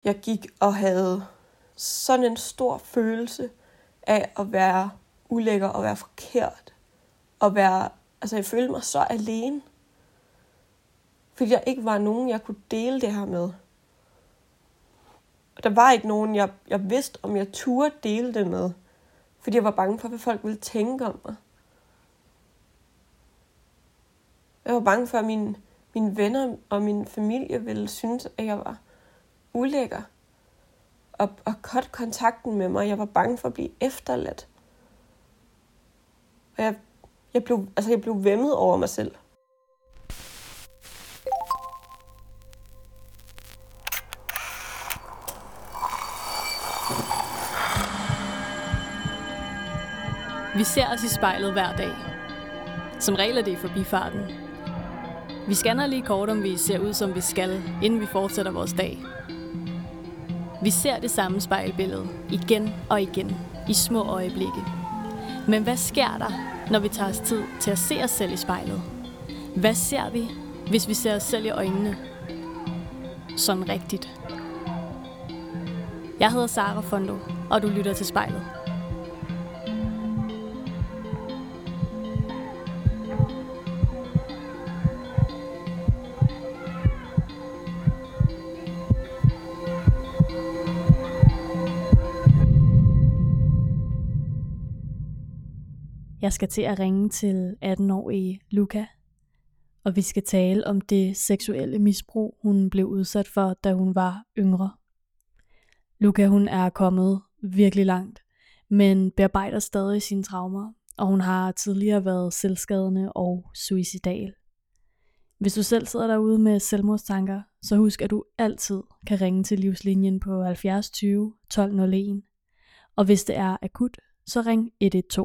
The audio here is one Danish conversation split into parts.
Jeg gik og havde sådan en stor følelse af at være ulækker og være forkert. Og jeg følte mig så alene. Fordi der ikke var nogen, jeg kunne dele det her med. Og der var ikke nogen, jeg vidste, om jeg turde dele det med. Fordi jeg var bange for, hvad folk ville tænke om mig. Jeg var bange for, at mine venner og min familie ville synes, at jeg var ulækker. Og cut kontakten med mig. Jeg var bange for at blive efterladt. Og jeg blev væmmet over mig selv. Vi ser os i spejlet hver dag. Som regel er det i forbifarten. Vi scanner lige kort, om vi ser ud, som vi skal, inden vi fortsætter vores dag. Vi ser det samme spejlbillede igen og igen i små øjeblikke. Men hvad sker der, når vi tager os tid til at se os selv i spejlet? Hvad ser vi, hvis vi ser os selv i øjnene? Sådan rigtigt. Jeg hedder Sara Fondo, og du lytter til Spejlet. Jeg skal til at ringe til 18-årige Luca, og vi skal tale om det seksuelle misbrug, hun blev udsat for, da hun var yngre. Luca, hun er kommet virkelig langt, men bearbejder stadig sine traumer, og hun har tidligere været selvskadende og suicidal. Hvis du selv sidder derude med selvmordstanker, så husk, at du altid kan ringe til Livslinjen på 70 20 12 01, og hvis det er akut, så ring 112.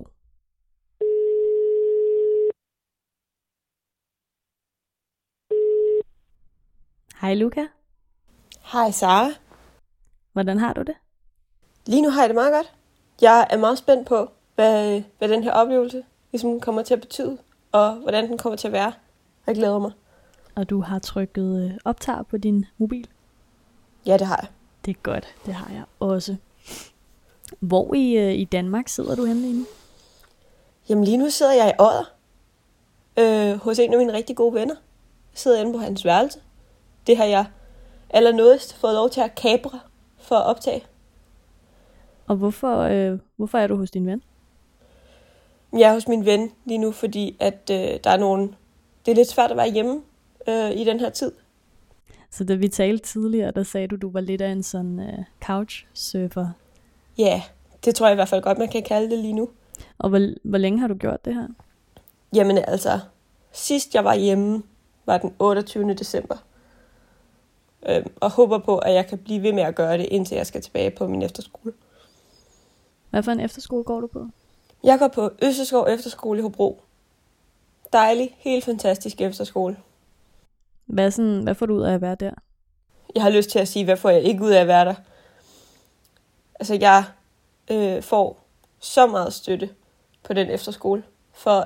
Hej Luca. Hej Sara. Hvordan har du det? Lige nu har jeg det meget godt. Jeg er meget spændt på, hvad den her oplevelse ligesom kommer til at betyde, og hvordan den kommer til at være. Jeg glæder mig. Og du har trykket optag på din mobil? Ja, det har jeg. Det er godt, det har jeg også. Hvor i Danmark sidder du henne lige nu? Jamen lige nu sidder jeg i Odder, hos en af mine rigtig gode venner. Jeg sidder inde på hans værelse. Det har jeg allernådigst fået lov til at kapre for at optage. Og hvorfor er du hos din ven? Jeg er hos min ven lige nu, fordi at det er lidt svært at være hjemme i den her tid. Så da vi talte tidligere, der sagde du var lidt af en sådan couchsurfer. Ja, det tror jeg i hvert fald godt, man kan kalde det lige nu. Og hvor længe har du gjort det her? Jamen altså, sidst jeg var hjemme, var den 28. december. Og håber på, at jeg kan blive ved med at gøre det, indtil jeg skal tilbage på min efterskole. Hvad for en efterskole går du på? Jeg går på Østerskov Efterskole i Hobro. Dejlig, helt fantastisk efterskole. Hvad får du ud af at være der? Jeg har lyst til at sige, hvad får jeg ikke ud af at være der? Altså, jeg får så meget støtte på den efterskole, for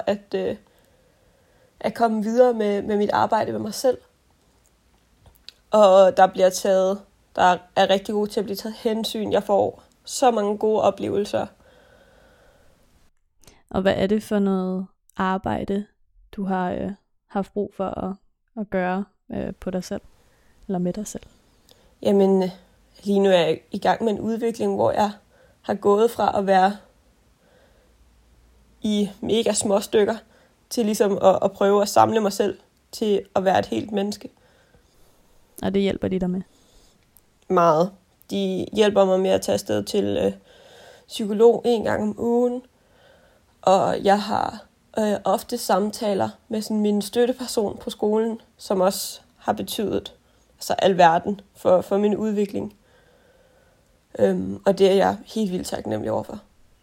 at komme videre med mit arbejde med mig selv. Og der er rigtig god til at blive taget hensyn. Jeg får så mange gode oplevelser. Og hvad er det for noget arbejde, du har haft brug for at gøre på dig selv? Eller med dig selv? Jamen, lige nu er jeg i gang med en udvikling, hvor jeg har gået fra at være i mega små stykker, til ligesom at prøve at samle mig selv til at være et helt menneske. Og det hjælper de dig med? Meget. De hjælper mig med at tage afsted til psykolog 1 gang om ugen. Og jeg har ofte samtaler med sådan min støtteperson på skolen, som også har betydet alverden for min udvikling. Og det er jeg helt vildt taknemmelig overfor.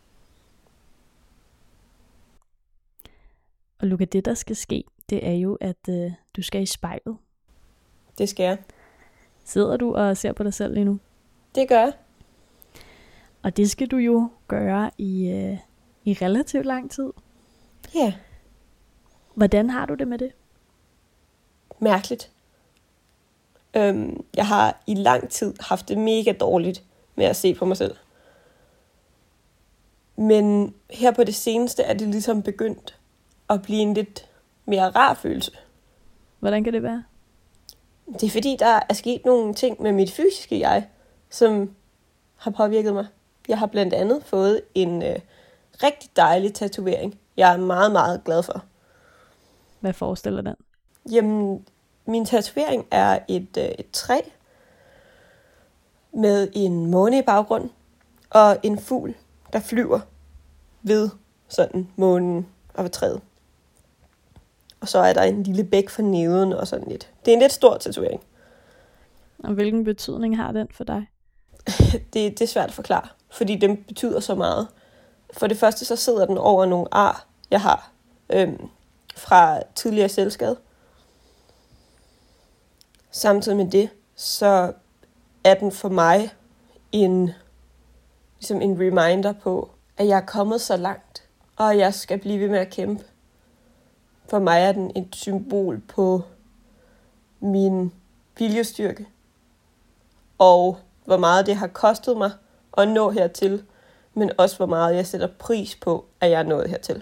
Og Luca, det der skal ske, det er jo, at du skal i spejlet. Det skal jeg. Sidder du og ser på dig selv lige nu? Det gør jeg. Og det skal du jo gøre i relativt lang tid. Ja. Yeah. Hvordan har du det med det? Mærkeligt. Jeg har i lang tid haft det mega dårligt med at se på mig selv. Men her på det seneste er det ligesom begyndt at blive en lidt mere rar følelse. Hvordan kan det være? Det er fordi, der er sket nogle ting med mit fysiske jeg, som har påvirket mig. Jeg har blandt andet fået en rigtig dejlig tatovering. Jeg er meget, meget glad for. Hvad forestiller den? Jamen, min tatovering er et træ med en måne i baggrund og en fugl, der flyver ved sådan månen og ved træet. Og så er der en lille bæk for neden og sådan lidt. Det er en lidt stor tatovering. Og hvilken betydning har den for dig? Det er svært at forklare, fordi den betyder så meget. For det første så sidder den over nogle ar, jeg har fra tidligere selvskade. Samtidig med det, så er den for mig en reminder på, at jeg er kommet så langt, og jeg skal blive ved med at kæmpe. For mig er den et symbol på min viljestyrke, og hvor meget det har kostet mig at nå hertil, men også hvor meget jeg sætter pris på, at jeg er nået hertil.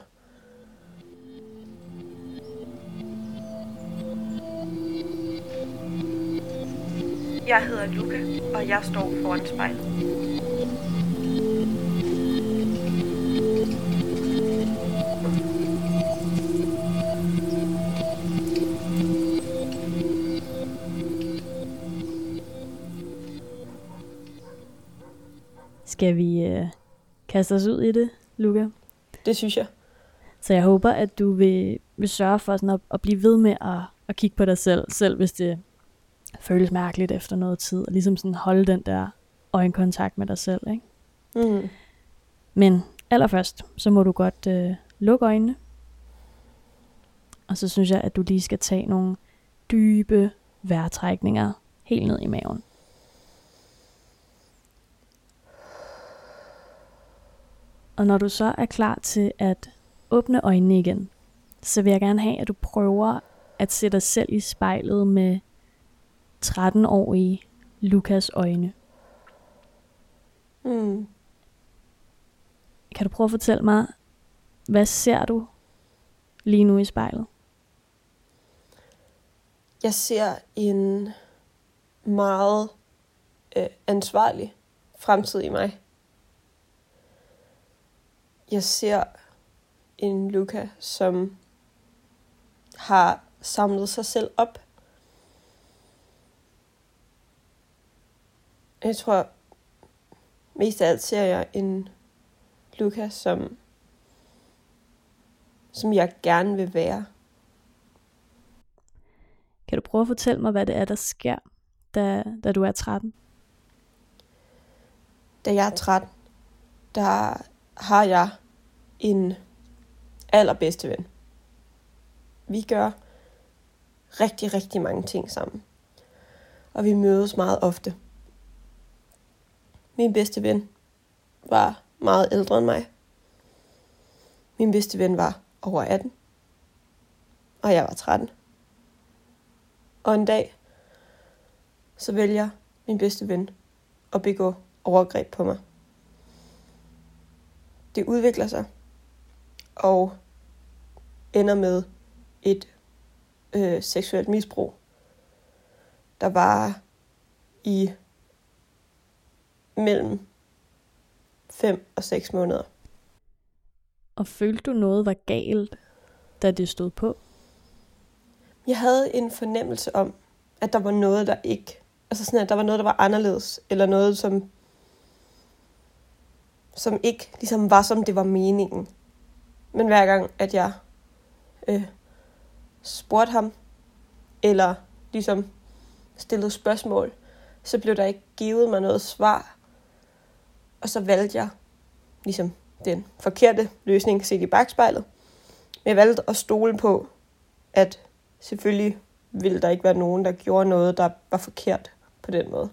Jeg hedder Luca, og jeg står foran spejlet. Skal vi kaste os ud i det, Luca? Det synes jeg. Så jeg håber, at du vil sørge for sådan at blive ved med at kigge på dig selv hvis det føles mærkeligt efter noget tid, og ligesom sådan holde den der øjenkontakt med dig selv, ikke? Mm. Men allerførst, så må du godt lukke øjnene, og så synes jeg, at du lige skal tage nogle dybe vejrtrækninger helt ned i maven. Og når du så er klar til at åbne øjnene igen, så vil jeg gerne have, at du prøver at se dig selv i spejlet med 13-årige Lukas øjne. Mm. Kan du prøve at fortælle mig, hvad ser du lige nu i spejlet? Jeg ser en meget ansvarlig fremtid i mig. Jeg ser en Luca, som har samlet sig selv op. Jeg tror, mest af alt ser jeg en Luca, som jeg gerne vil være. Kan du prøve at fortælle mig, hvad det er, der sker, da du er 13? Da jeg er 13, der har jeg en allerbedste ven. Vi gør rigtig, rigtig mange ting sammen. Og vi mødes meget ofte. Min bedste ven var meget ældre end mig. Min bedste ven var over 18. Og jeg var 13. Og en dag, så vælger min bedste ven at begå overgreb på mig. Det udvikler sig, og ender med et seksuelt misbrug, der var i mellem 5 og 6 måneder. Og følte du noget var galt, da det stod på? Jeg havde en fornemmelse om, at der var noget, der ikke... Altså sådan, at der var noget, der var anderledes, eller noget, som ikke ligesom var, som det var meningen. Men hver gang, at jeg spurgte ham, eller ligesom stillede spørgsmål, så blev der ikke givet mig noget svar. Og så valgte jeg ligesom den forkerte løsning set i bagspejlet. Men jeg valgte at stole på, at selvfølgelig ville der ikke være nogen, der gjorde noget, der var forkert på den måde.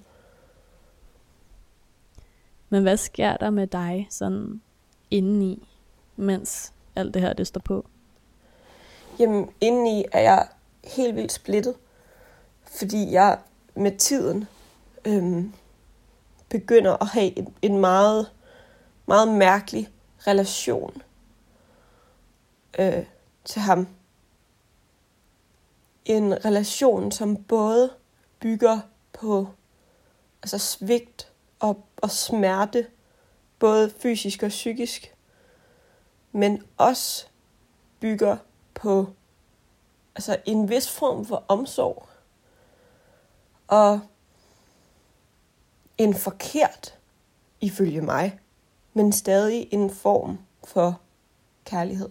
Men hvad sker der med dig sådan indeni, mens alt det her det står på? Jamen, indeni er jeg helt vildt splittet, fordi jeg med tiden begynder at have en meget, meget mærkelig relation til ham. En relation, som både bygger på svigt og smerte, både fysisk og psykisk, men også bygger på en vis form for omsorg og en forkert, ifølge mig, men stadig en form for kærlighed.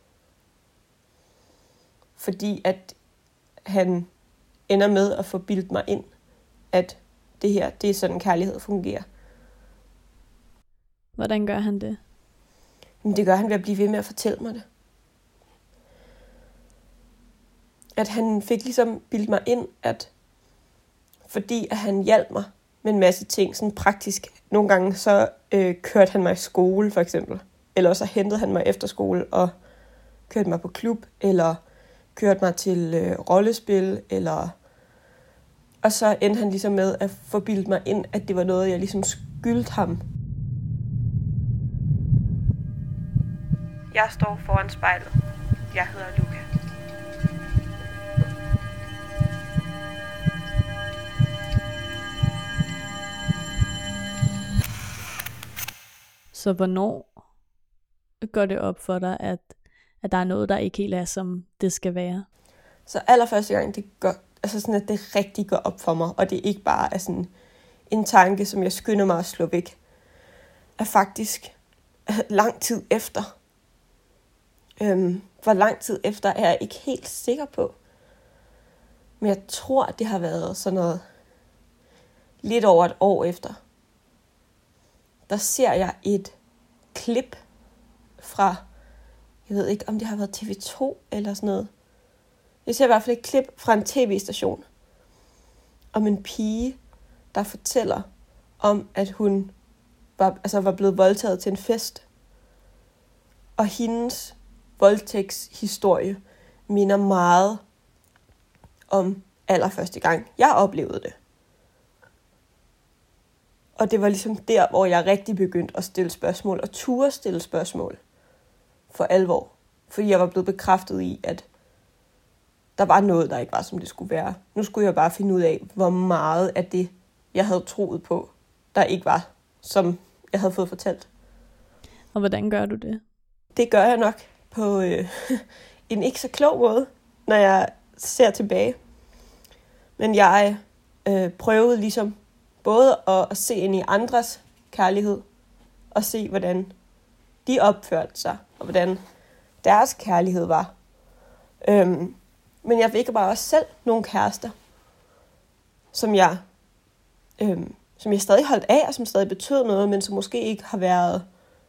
Fordi at han ender med at få bildt mig ind, at det her, det er sådan kærlighed fungerer. Hvordan gør han det? Men det gør han ved at blive ved med at fortælle mig det. At han fik ligesom bildt mig ind, at fordi at han hjalp mig med en masse ting, sådan praktisk. Nogle gange så kørte han mig i skole, for eksempel. Eller så hentede han mig efter skole og kørte mig på klub, eller kørte mig til rollespil, og så endte han ligesom med at få bildet mig ind, at det var noget, jeg ligesom skyldte ham. Jeg står foran spejlet. Jeg hedder Luca. Så hvornår går det op for dig, at der er noget, der ikke helt er, som det skal være? Så allerførste gang, det går, at det rigtig går op for mig, og det ikke bare er sådan en tanke, som jeg skynder mig at slå væk, er faktisk lang tid efter. Hvor lang tid efter er jeg ikke helt sikker på. Men jeg tror, at det har været sådan noget lidt over et år efter. Der ser jeg et klip fra, jeg ved ikke, om det har været TV2 eller sådan noget. Jeg ser i hvert fald et klip fra en tv-station om en pige, der fortæller om, at hun var blevet voldtaget til en fest. Og hendes voldtægtshistorie minder meget om allerførste gang, jeg oplevede det. Og det var ligesom der, hvor jeg rigtig begyndte at stille spørgsmål, og turde stille spørgsmål for alvor. Fordi jeg var blevet bekræftet i, at der var noget, der ikke var, som det skulle være. Nu skulle jeg bare finde ud af, hvor meget af det, jeg havde troet på, der ikke var, som jeg havde fået fortalt. Og hvordan gør du det? Det gør jeg nok på en ikke så klog måde, når jeg ser tilbage. Men jeg prøvede ligesom både at se ind i andres kærlighed, og se, hvordan de opførte sig, og hvordan deres kærlighed var. Men jeg fik bare også selv nogle kærester, som jeg stadig holdt af, og som stadig betød noget, men som måske ikke har været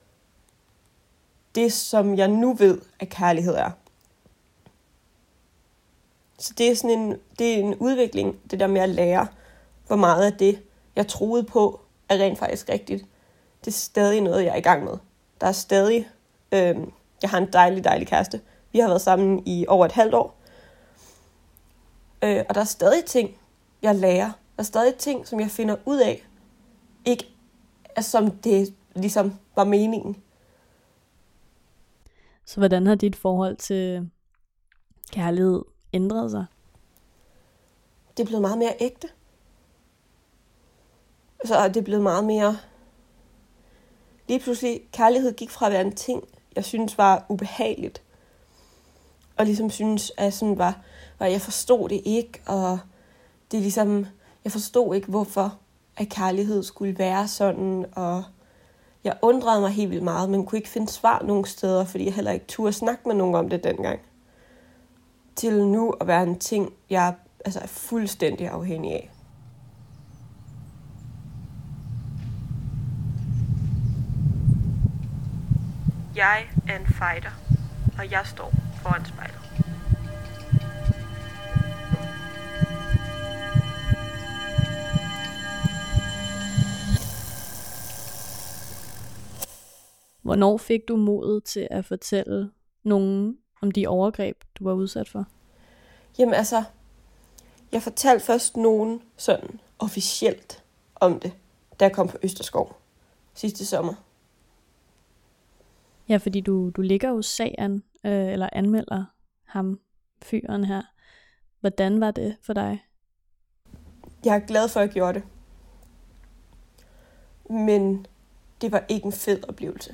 det, som jeg nu ved, at kærlighed er. Så det er sådan en udvikling, det der med at lære, hvor meget af det, jeg troede på, er rent faktisk rigtigt. Det er stadig noget, jeg er i gang med. Der er stadig, jeg har en dejlig kæreste. Vi har været sammen i over et halvt år. Og der er stadig ting, jeg lærer. Der er stadig ting, som jeg finder ud af, ikke er som det ligesom var meningen. Så hvordan har dit forhold til kærlighed ændret sig? Det er blevet meget mere ægte. Så er det blevet meget mere... Lige pludselig, kærlighed gik fra at være en ting, jeg synes var ubehageligt. Og ligesom synes, at sådan var jeg forstod det ikke, og det er ligesom, jeg forstod ikke, hvorfor at kærlighed skulle være sådan, og jeg undrede mig helt vildt meget, men kunne ikke finde svar nogen steder, fordi jeg heller ikke turde snakke med nogen om det dengang. Til nu at være en ting, jeg er fuldstændig afhængig af. Jeg er en fighter, og jeg står foran spejlet. Hvornår fik du modet til at fortælle nogen om de overgreb, du var udsat for? Jamen Jeg fortalte først nogen sådan officielt om det, da jeg kom på Østerskov sidste sommer. Ja, fordi du ligger jo sagen, eller anmelder ham, fyren her. Hvordan var det for dig? Jeg er glad for, at jeg gjorde det. Men det var ikke en fed oplevelse.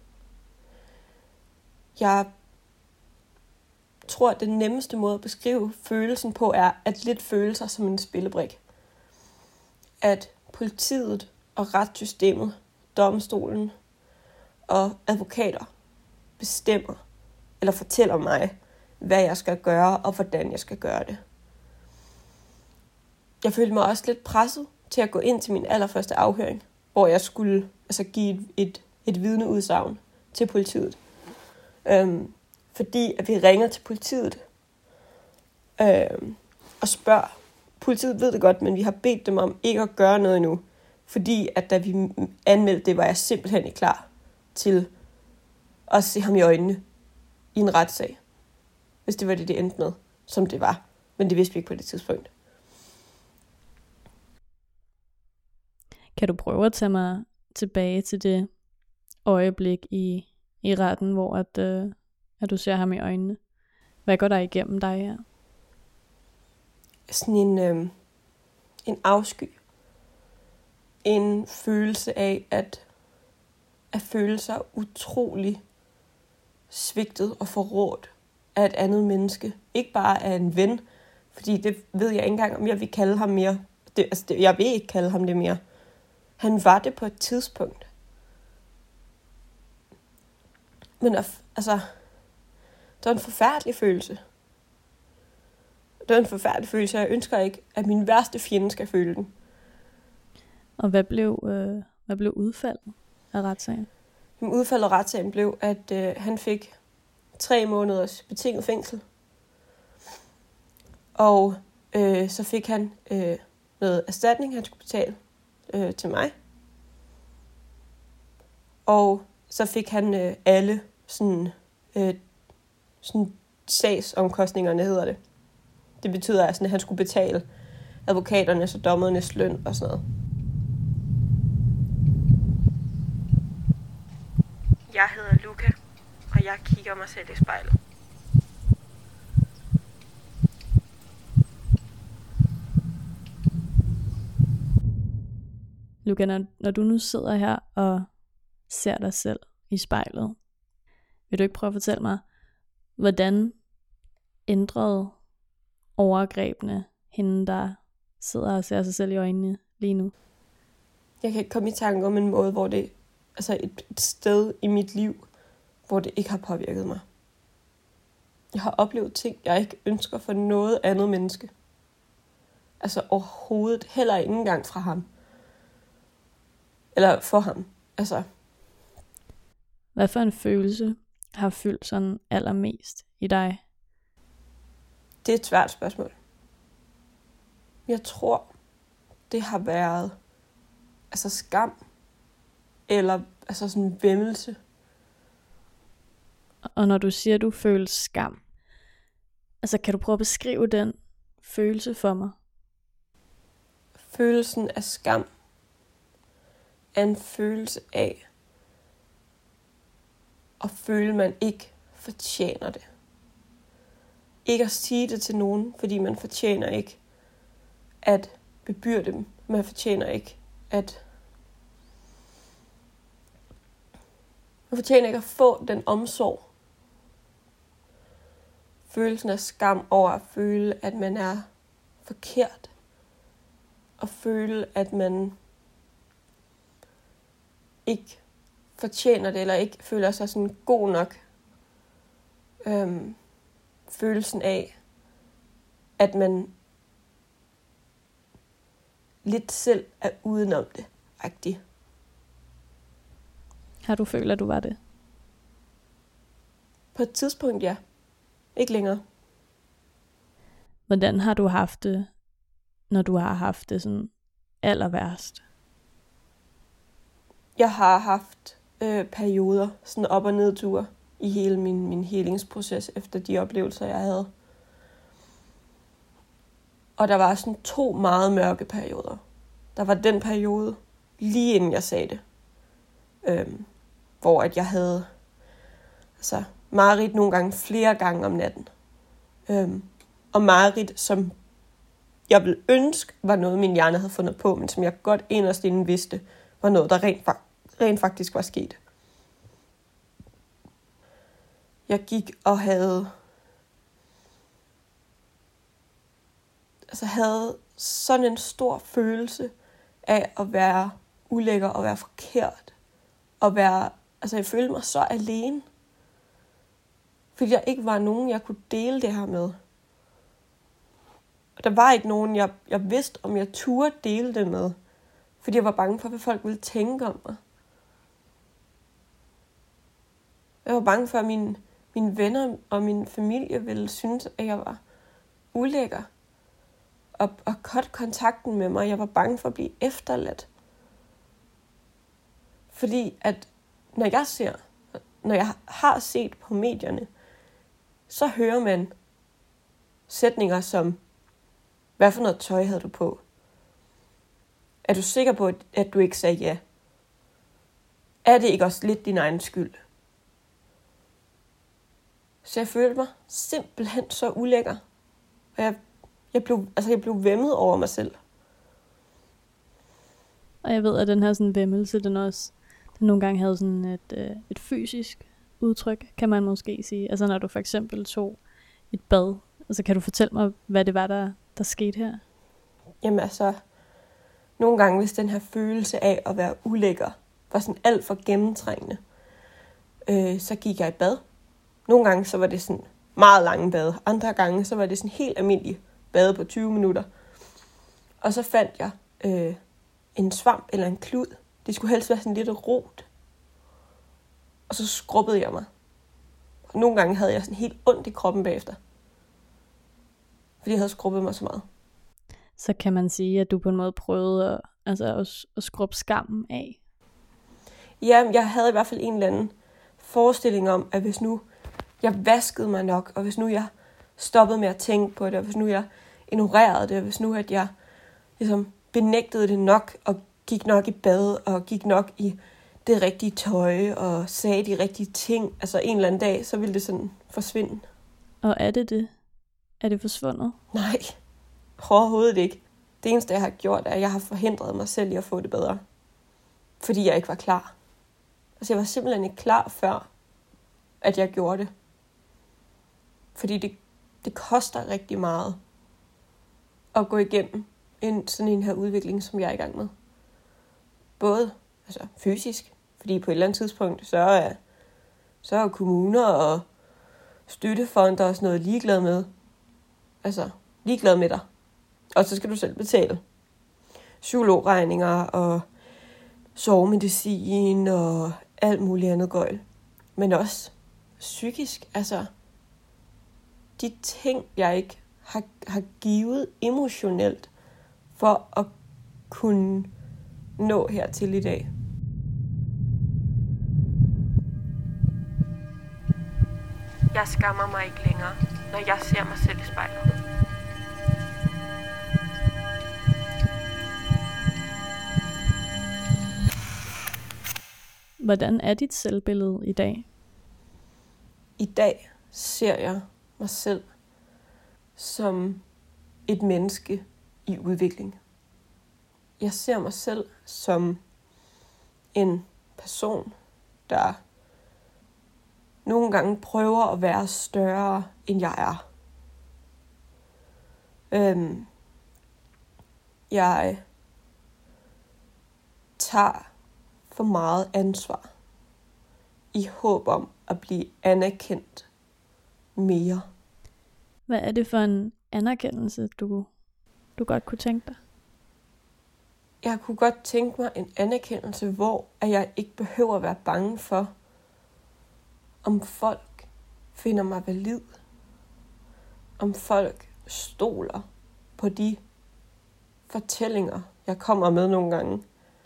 Jeg tror, at den nemmeste måde at beskrive følelsen på er at lidt føle sig som en spillebrik. At politiet og retssystemet, domstolen og advokater bestemmer eller fortæller mig, hvad jeg skal gøre og hvordan jeg skal gøre det. Jeg følte mig også lidt presset til at gå ind til min allerførste afhøring, hvor jeg skulle give et vidneudsagn til politiet. Fordi at vi ringer til politiet og spørger. Politiet ved det godt, men vi har bedt dem om ikke at gøre noget endnu. Fordi at da vi anmeldte det, var jeg simpelthen ikke klar til at se ham i øjnene i en retssag. Hvis det var det endte med, som det var. Men det vidste vi ikke på det tidspunkt. Kan du prøve at tage mig tilbage til det øjeblik i retten, hvor at du ser ham i øjnene? Hvad går der igennem dig her? Sådan en afsky. En følelse af at føle sig utrolig svigtet og forrådt af et andet menneske. Ikke bare af en ven, fordi det ved jeg ikke engang, om jeg vil kalde ham mere. Jeg vil ikke kalde ham det mere. Han var det på et tidspunkt. Men det var en forfærdelig følelse. Det var en forfærdelig følelse, og jeg ønsker ikke, at min værste fjende skal føle den. Og hvad blev udfaldet af retssagen? Udfaldet af retssagen blev, at han fik 3 måneders betinget fængsel. Og så fik han noget erstatning, han skulle betale til mig. Og så fik han alle sådan sagsomkostningerne, hedder det. Det betyder, at han skulle betale advokaternes og dommernes løn og sådan noget. Jeg hedder Luca, og jeg kigger mig selv i spejlet. Luca, når du nu sidder her og ser dig selv i spejlet, vil du ikke prøve at fortælle mig, hvordan ændrede overgrebene hende, der sidder og ser sig selv i øjnene lige nu? Jeg kan ikke komme i tanke om en måde, hvor det et sted i mit liv, hvor det ikke har påvirket mig. Jeg har oplevet ting, jeg ikke ønsker for noget andet menneske. Overhovedet heller ikke engang fra ham. Eller for ham. Hvad for en følelse har fyldt sådan allermest i dig? Det er et svært spørgsmål. Jeg tror, det har været skam. Eller sådan væmmelse. Og når du siger, du føler skam, kan du prøve at beskrive den følelse for mig? Følelsen af skam er en følelse af at føle, at man ikke fortjener det. Ikke at sige det til nogen, fordi man fortjener ikke at bebyrde dem. Man fortjener ikke at at få den omsorg. Følelsen af skam over at føle, at man er forkert. Og føle, at man ikke fortjener det, eller ikke føler sig sådan god nok. Følelsen af, at man lidt selv er udenom det, rigtigt. Har du følt, at du var det? På et tidspunkt, ja. Ikke længere. Hvordan har du haft det, når du har haft det sådan allerværst? Jeg har haft perioder, sådan op- og nedture i hele min helingsproces efter de oplevelser, jeg havde. Og der var sådan 2 meget mørke perioder. Der var den periode, lige inden jeg sagde det. Hvor at jeg havde mareridt nogle gange flere gange om natten. Og mareridt, som jeg ville ønske, var noget, min hjerne havde fundet på, men som jeg godt inderst inden vidste, var noget, der rent faktisk var sket. Jeg gik og havde sådan en stor følelse af at være ulækker og være forkert. Og jeg følte mig så alene. Fordi der ikke var nogen, jeg kunne dele det her med. Og der var ikke nogen, jeg vidste, om jeg turde dele det med. Fordi jeg var bange for, hvad folk ville tænke om mig. Jeg var bange for, at mine venner og min familie ville synes, at jeg var ulækker. Og cut kontakten med mig. Jeg var bange for at blive efterladt. Fordi at når jeg har set på medierne, så hører man sætninger som, hvad for noget tøj havde du på? Er du sikker på, at du ikke sagde ja? Er det ikke også lidt din egen skyld? Så jeg følte mig simpelthen så ulækker. Og jeg blev væmmet over mig selv. Og jeg ved, at den her sådan væmmelse, den nogle gange havde sådan et fysisk udtryk, kan man måske sige. Altså når du for eksempel tog et bad. Altså kan du fortælle mig, hvad det var, der skete her? Jamen nogle gange, hvis den her følelse af at være ulækker var sådan alt for gennemtrængende, så gik jeg i bad. Nogle gange, så var det sådan meget lange bad. Andre gange, så var det sådan helt almindelig bade på 20 minutter. Og så fandt jeg en svamp eller en klud. Det skulle helst være sådan lidt rot. Og så skrubbede jeg mig. Og nogle gange havde jeg sådan helt ondt i kroppen bagefter. Fordi jeg havde skrubbet mig så meget. Så kan man sige, at du på en måde prøvede at skrubbe skammen af? Ja, jeg havde i hvert fald en eller anden forestilling om, at hvis nu jeg vaskede mig nok, og hvis nu jeg stoppede med at tænke på det, og hvis nu jeg ignorerede det, og hvis nu at jeg ligesom benægtede det nok, og gik nok i bad, og gik nok i det rigtige tøj, og sagde de rigtige ting, altså en eller anden dag, så ville det sådan forsvinde. Og er det? Er det forsvundet? Nej, overhovedet ikke. Det eneste, jeg har gjort, er, at jeg har forhindret mig selv i at få det bedre. Fordi jeg ikke var klar. Altså, jeg var simpelthen ikke klar før, at jeg gjorde det. Fordi det koster rigtig meget at gå igennem sådan en her udvikling, som jeg er i gang med. Både fysisk, fordi på et eller andet tidspunkt, så er kommuner og støttefonder og sådan noget ligeglade med dig. Og så skal du selv betale psykologregninger og sovemedicin og alt muligt andet gøjl. Men også psykisk, de ting, jeg ikke har givet emotionelt for at kunne nå hertil i dag. Jeg skammer mig ikke længere, når jeg ser mig selv i spejlet. Hvordan er dit selvbillede i dag? I dag ser jeg mig selv som et menneske i udvikling. Jeg ser mig selv som en person, der nogle gange prøver at være større, end jeg er. Jeg tager for meget ansvar i håb om at blive anerkendt mere. Hvad er det for en anerkendelse, du godt kunne tænke dig? Jeg kunne godt tænke mig en anerkendelse, hvor jeg ikke behøver at være bange for, om folk finder mig valid. Om folk stoler på de fortællinger, jeg kommer med nogle gange.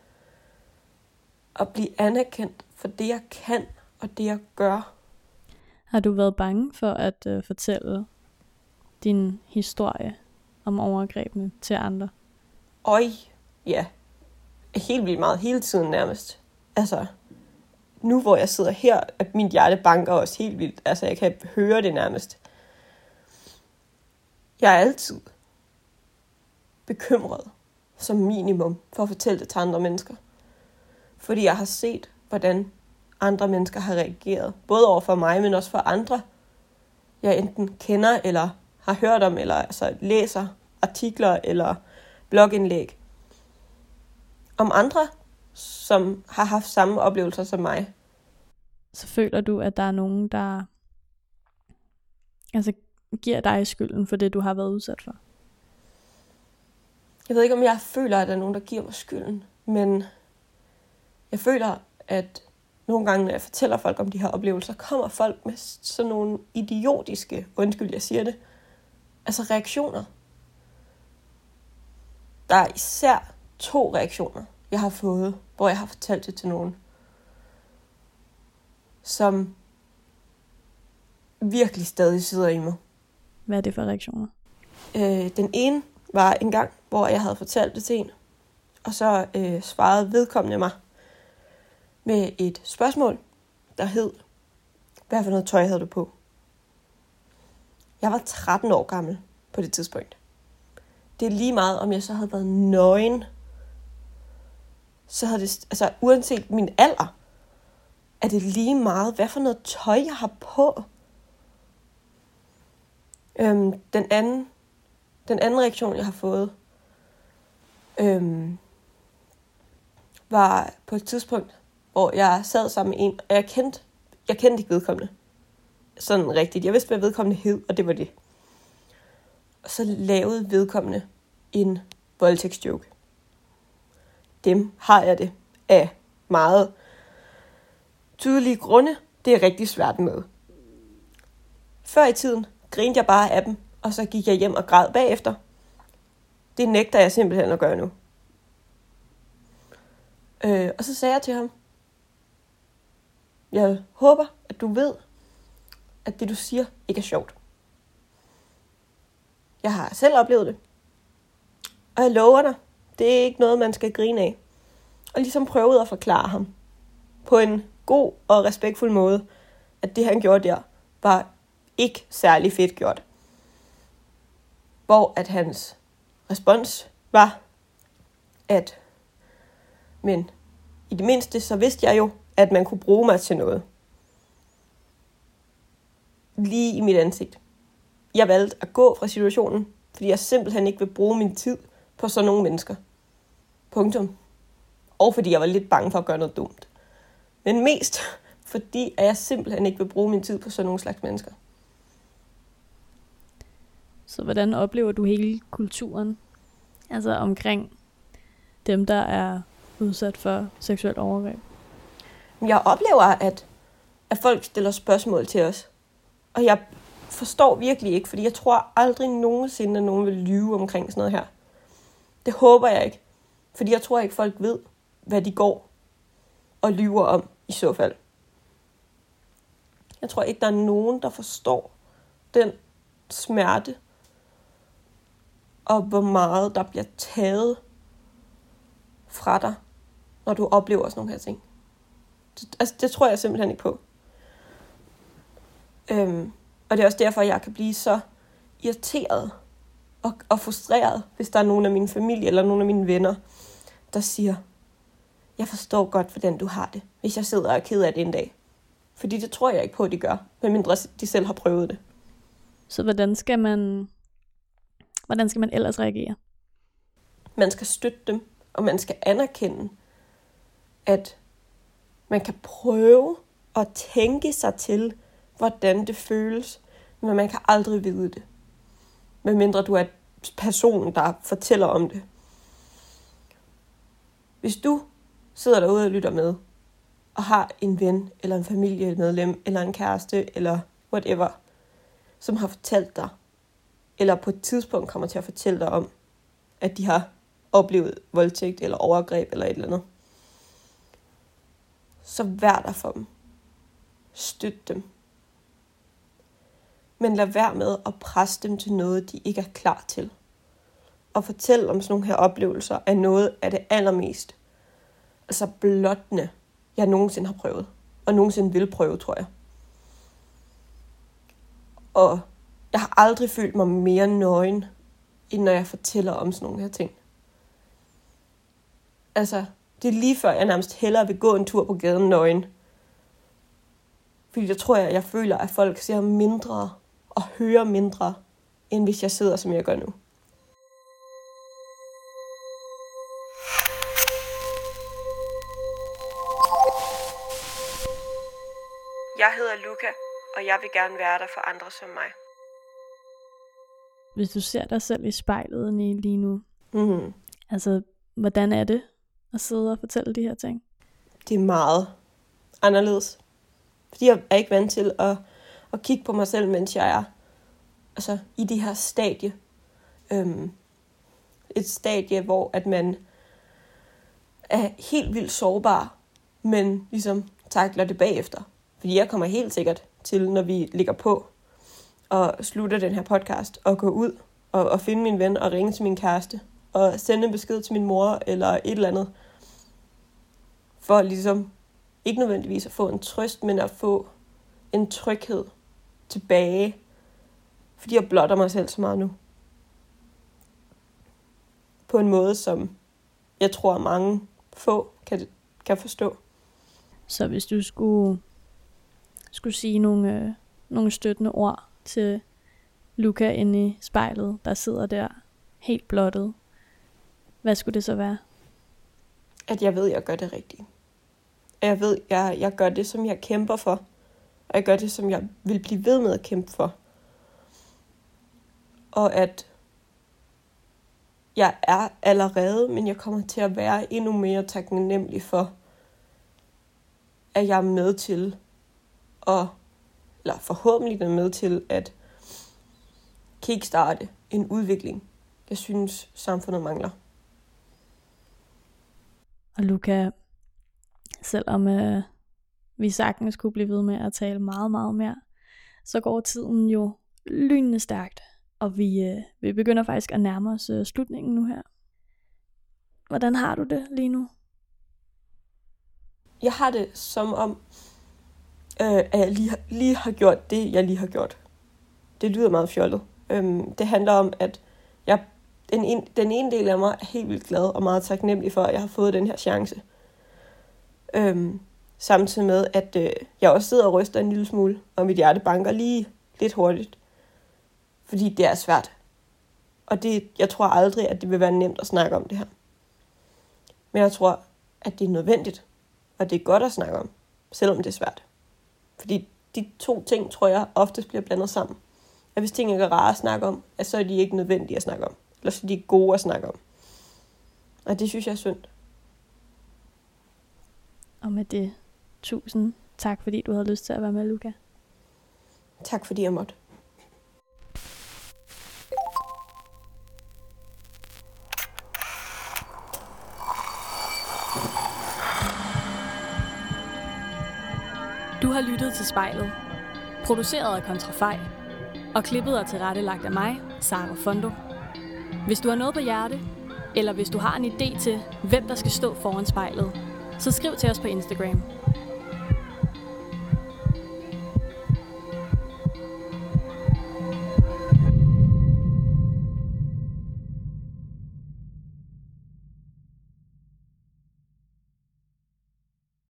At blive anerkendt for det, jeg kan og det, jeg gør. Har du været bange for at fortælle din historie om overgrebene til andre? Ja. Helt vildt meget, hele tiden nærmest. Altså, nu hvor jeg sidder her, at min hjerte banker også helt vildt. Altså, jeg kan høre det nærmest. Jeg er altid bekymret, som minimum, for at fortælle det til andre mennesker. Fordi jeg har set, hvordan andre mennesker har reageret. Både over for mig, men også for andre. Jeg enten kender, eller har hørt om, eller altså læser artikler, eller blogindlæg. Om andre, som har haft samme oplevelser som mig. Så føler du, at der er nogen, der giver dig skylden for det, du har været udsat for? Jeg ved ikke, om jeg føler, at der er nogen, der giver mig skylden. Men jeg føler, at nogle gange, når jeg fortæller folk om de her oplevelser, kommer folk med sådan nogle idiotiske, undskyld, jeg siger det, altså reaktioner. Der er især 2 reaktioner, jeg har fået, hvor jeg har fortalt det til nogen, som virkelig stadig sidder i mig. Hvad er det for reaktioner? Den ene var en gang, hvor jeg havde fortalt det til en, og så svarede vedkommende mig med et spørgsmål, der hed, hvad for noget tøj havde du på? Jeg var 13 år gammel på det tidspunkt. Det er lige meget, om jeg så havde været nøgen. Så havde det, altså uanset min alder, er det lige meget, hvad for noget tøj jeg har på. Den anden reaktion, jeg har fået, var på et tidspunkt, hvor jeg sad sammen med en, og jeg kendte ikke vedkommende. Sådan rigtigt. Jeg vidste, hvad vedkommende hed, og det var det. Og så lavede vedkommende en voldtægtsjoke. Dem har jeg det af meget tydelige grunde. Det er rigtig svært med. Før i tiden grinede jeg bare af dem, og så gik jeg hjem og græd bagefter. Det nægter jeg simpelthen at gøre nu. Og så sagde jeg til ham, jeg håber, at du ved, at det du siger ikke er sjovt. Jeg har selv oplevet det. Og jeg lover dig, det er ikke noget, man skal grine af. Og ligesom prøvede at forklare ham på en god og respektfuld måde, at det han gjorde der, var ikke særlig fedt gjort. Hvor at hans respons var, at men i det mindste så vidste jeg jo, at man kunne bruge mig til noget. Lige i mit ansigt. Jeg valgte at gå fra situationen, fordi jeg simpelthen ikke vil bruge min tid på sådan nogle mennesker. Punktum. Og fordi jeg var lidt bange for at gøre noget dumt. Men mest fordi, at jeg simpelthen ikke vil bruge min tid på sådan nogle slags mennesker. Så hvordan oplever du hele kulturen? Altså omkring dem, der er udsat for seksuelt overgreb? Jeg oplever, at folk stiller spørgsmål til os. Og jeg forstår virkelig ikke, fordi jeg tror aldrig nogensinde, at nogen vil lyve omkring sådan noget her. Det håber jeg ikke. Fordi jeg tror ikke, folk ved, hvad de går og lyver om i så fald. Jeg tror ikke, der er nogen, der forstår den smerte, og hvor meget der bliver taget fra dig, når du oplever sådan nogle her ting. Det tror jeg simpelthen ikke på. Og det er også derfor, jeg kan blive så irriteret og frustreret, hvis der er nogen af min familie eller nogen af mine venner, der siger, jeg forstår godt, hvordan du har det, hvis jeg sidder og er ked af det en dag. Fordi det tror jeg ikke på, at de gør, medmindre de selv har prøvet det. Så hvordan skal man ellers reagere? Man skal støtte dem, og man skal anerkende, at man kan prøve at tænke sig til, hvordan det føles, men man kan aldrig vide det. Medmindre du er personen, der fortæller om det. Hvis du sidder derude og lytter med, og har en ven, eller en familiemedlem, eller en kæreste, eller whatever, som har fortalt dig, eller på et tidspunkt kommer til at fortælle dig om, at de har oplevet voldtægt, eller overgreb, eller et eller andet, så vær der for dem. Støt dem. Men lad være med at presse dem til noget, de ikke er klar til. at fortælle om sådan nogle her oplevelser er noget af det allermest blottende, jeg nogensinde har prøvet. Og nogensinde vil prøve, tror jeg. Og jeg har aldrig følt mig mere nøgen, end når jeg fortæller om sådan nogle her ting. Det er lige før, jeg nærmest hellere vil gå en tur på gaden nøgen. Fordi jeg tror, jeg føler, at folk ser mindre og hører mindre, end hvis jeg sidder, som jeg gør nu. Jeg hedder Luca, og jeg vil gerne være der for andre som mig. Hvis du ser dig selv i spejlet lige nu, Mm-hmm. hvordan er det at sidde og fortælle de her ting? Det er meget anderledes. Fordi jeg er ikke vant til at kigge på mig selv, mens jeg er i det her stadie. Et stadie, hvor at man er helt vildt sårbar, men ligesom takler det bagefter. Fordi jeg kommer helt sikkert til, når vi ligger på og slutter den her podcast, og gå ud og finde min ven og ringe til min kæreste, og sende en besked til min mor eller et eller andet. For ligesom ikke nødvendigvis at få en trøst, men at få en tryghed tilbage. Fordi jeg blotter mig selv så meget nu. På en måde, som jeg tror mange få kan forstå. Så hvis du skulle sige nogle støttende ord til Luca inde i spejlet, der sidder der helt blottet, hvad skulle det så være? At jeg ved, at jeg gør det rigtigt. At jeg ved, at jeg gør det, som jeg kæmper for. Og jeg gør det, som jeg vil blive ved med at kæmpe for. Og at jeg er allerede, men jeg kommer til at være endnu mere taknemmelig for, at jeg er med til eller forhåbentlig er med til at kickstarte en udvikling, jeg synes, samfundet mangler. Og Luca, selvom vi sagtens kunne blive ved med at tale meget, meget mere, så går tiden jo lynende stærkt, og vi begynder faktisk at nærme os slutningen nu her. Hvordan har du det lige nu? Jeg har det som om, at jeg lige har gjort det, jeg lige har gjort. Det lyder meget fjollet. Det handler om, at den ene del af mig er helt vildt glad og meget taknemmelig for, at jeg har fået den her chance. Samtidig med, at jeg også sidder og ryster en lille smule, og mit hjerte banker lige lidt hurtigt. Fordi det er svært. Og jeg tror aldrig, at det vil være nemt at snakke om det her. Men jeg tror, at det er nødvendigt, og det er godt at snakke om, selvom det er svært. Fordi de to ting, tror jeg, oftest bliver blandet sammen. At hvis ting ikke er rare at snakke om, så er de ikke nødvendige at snakke om. Eller så er de gode at snakke om. Og det synes jeg er synd. Og med det, tusind tak, fordi du havde lyst til at være med, Luca. Tak fordi jeg måtte. Du har lyttet til Spejlet, produceret af Kontrafej, og klippet og tilrettelagt af mig, Sara Fondo. Hvis du har noget på hjerte, eller hvis du har en idé til, hvem der skal stå foran spejlet, så skriv til os på Instagram.